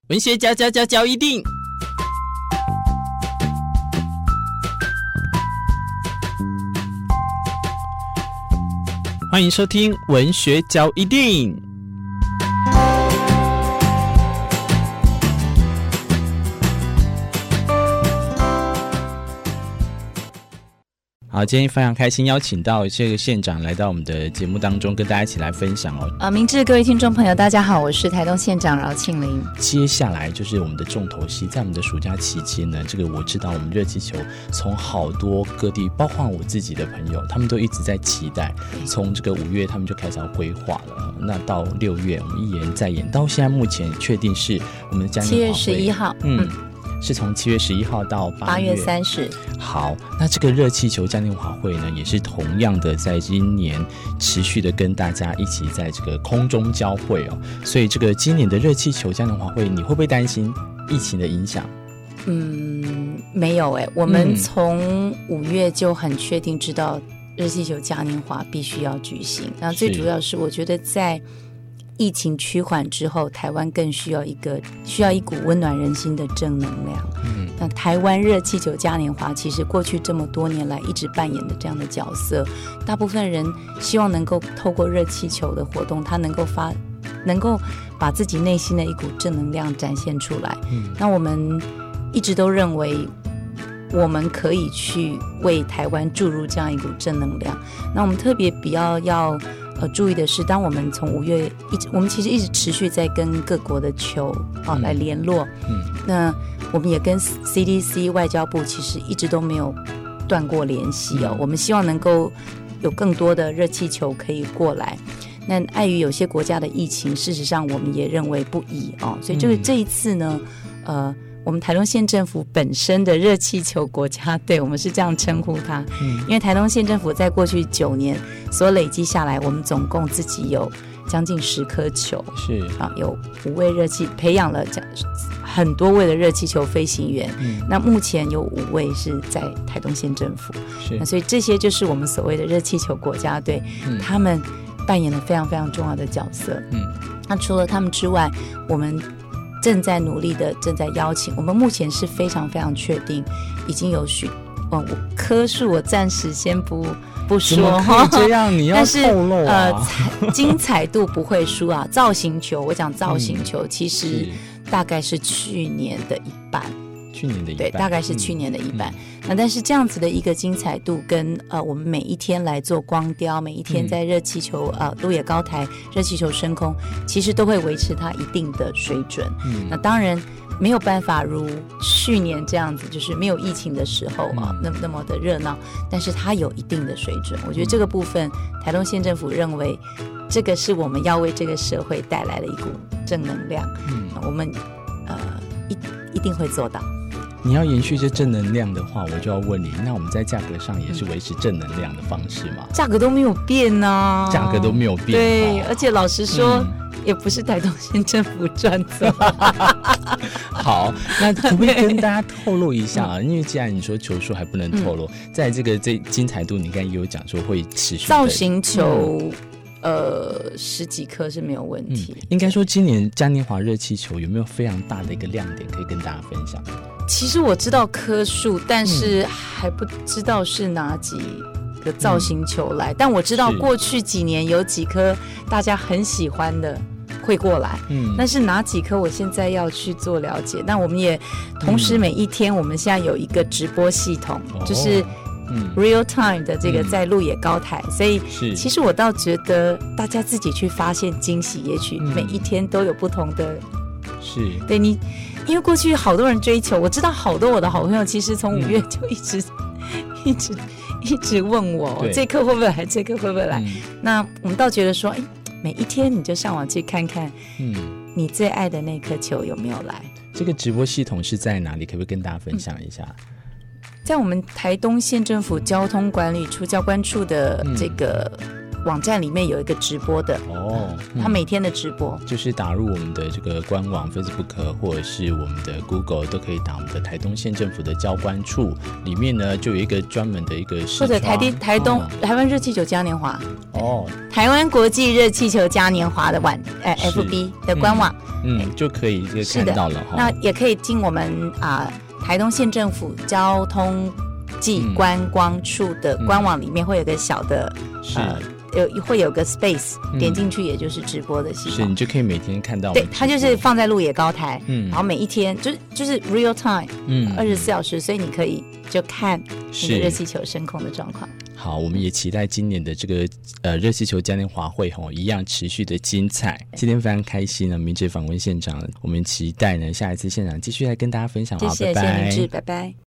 文学交一定。欢迎收听文学交一定。好，今天非常开心邀请到这个县长来到我们的节目当中，跟大家一起来分享哦。 明智各位听众朋友大家好，我是台东县长饶庆玲。 接下来就是我们的重头戏，在我们的暑假期间呢，这个我知道我们热气球从好多各地，包括我自己的朋友，他们都一直在期待，从这个5月他们就开始要规划了，那到6月我们一延再延，到现在目前确定是我们的嘉年华会 7月11号是从7月11号到8月 30。 好，那这个热气球嘉年华会呢，也是同样的在今年持续的跟大家一起在这个空中交汇哦。所以这个今年的热气球嘉年华会，你会不会担心疫情的影响？ 没有我们从5月就很确定知道热气球嘉年华必须要举行。然后最主要是我觉得在疫情趋缓之后，台湾更需要一股温暖人心的正能量。那台湾热气球嘉年华其实过去这么多年来一直扮演的这样的角色，大部分人希望能够透过热气球的活动，它能够把自己内心的一股正能量展现出来。那我们一直都认为我们可以去为台湾注入这样一股正能量。那我们特别比较要注意的是，当我们从5月我们其实一直持续在跟各国的球来联络。那我们也跟 CDC 外交部其实一直都没有断过联系我们希望能够有更多的热气球可以过来。那碍于有些国家的疫情，事实上我们也认为不宜所以这一次呢，我们台东县政府本身的热气球国家队，我们是这样称呼它。因为台东县政府在过去9年所累积下来，我们总共自己有将近10颗球，有5位培养了很多位的热气球飞行员。那目前有5位是在台东县政府，那所以这些就是我们所谓的热气球国家队，他们扮演了非常非常重要的角色。那除了他们之外，我们正在努力的正在邀请，我们目前是非常非常确定已经有颗数我暂时先不说。 怎么可以这样？你要透露精彩度不会输造型球，我讲造型球其实大概是去年的一半。对，大概是去年的一半。那但是这样子的一个精彩度跟我们每一天来做光雕，每一天在热气球鹿野高台热气球升空，其实都会维持它一定的水准。那当然没有办法如去年这样子，就是没有疫情的时候那么的热闹，但是它有一定的水准。我觉得这个部分台东县政府认为这个是我们要为这个社会带来的一股正能量。我们一定会做到。 你要延续这正能量的话，我就要问你，那我们在价格上也是维持正能量的方式吗？ 价格都没有变价格都没有变。 对，而且老实说，也不是台东县政府赚的。 好，那可不可以跟大家透露一下因为既然你说球数还不能透露，在这精彩度，你刚才也有讲说会持续造型球。10几颗是没有问题。 应该说今年嘉年华热气球有没有非常大的一个亮点可以跟大家分享？ 其实我知道颗数，但是还不知道是哪几个造型球来。但我知道过去几年有几颗大家很喜欢的会过来。但是哪几颗我现在要去做了解。那我们也同时每一天我们现在有一个直播系统，就是real time 的这个在鹿野高台，所以其实我倒觉得大家自己去发现惊喜，也许每一天都有不同的。对你，因为过去好多人追求，我知道好多我的好朋友其实从5月就一直问我这颗会不会来，这颗会不会来。那我们倒觉得说每一天你就上网去看看你最爱的那颗球有没有来。 这个直播系统是在哪里？可不可以跟大家分享一下？ 在我们台东县政府交通管理处交管处的这个网站里面有一个直播的他每天的直播， 就是打入我们的这个官网 Facebook 或者是我们的 Google 都可以打我们的台东县政府的交关处，里面呢就有一个专门的一个视窗， 或者台湾热气球嘉年华台湾国际热气球嘉年华的FB 的官网就可以看到了那也可以进我们台东县政府交通暨观光处的官网里面会有个小的会有个 space，点进去也就是直播的系统， 是你就可以每天看到。 对，它就是放在鹿野高台，然后每一天就是 real time， 24小时，所以你可以就看那个热气球升空的状况。 好，我们也期待今年的这个热气球嘉年华会一样持续的精彩。今天非常开心呢，明志访问现场，我们期待呢下一次现场继续来跟大家分享。 谢谢明志，拜拜。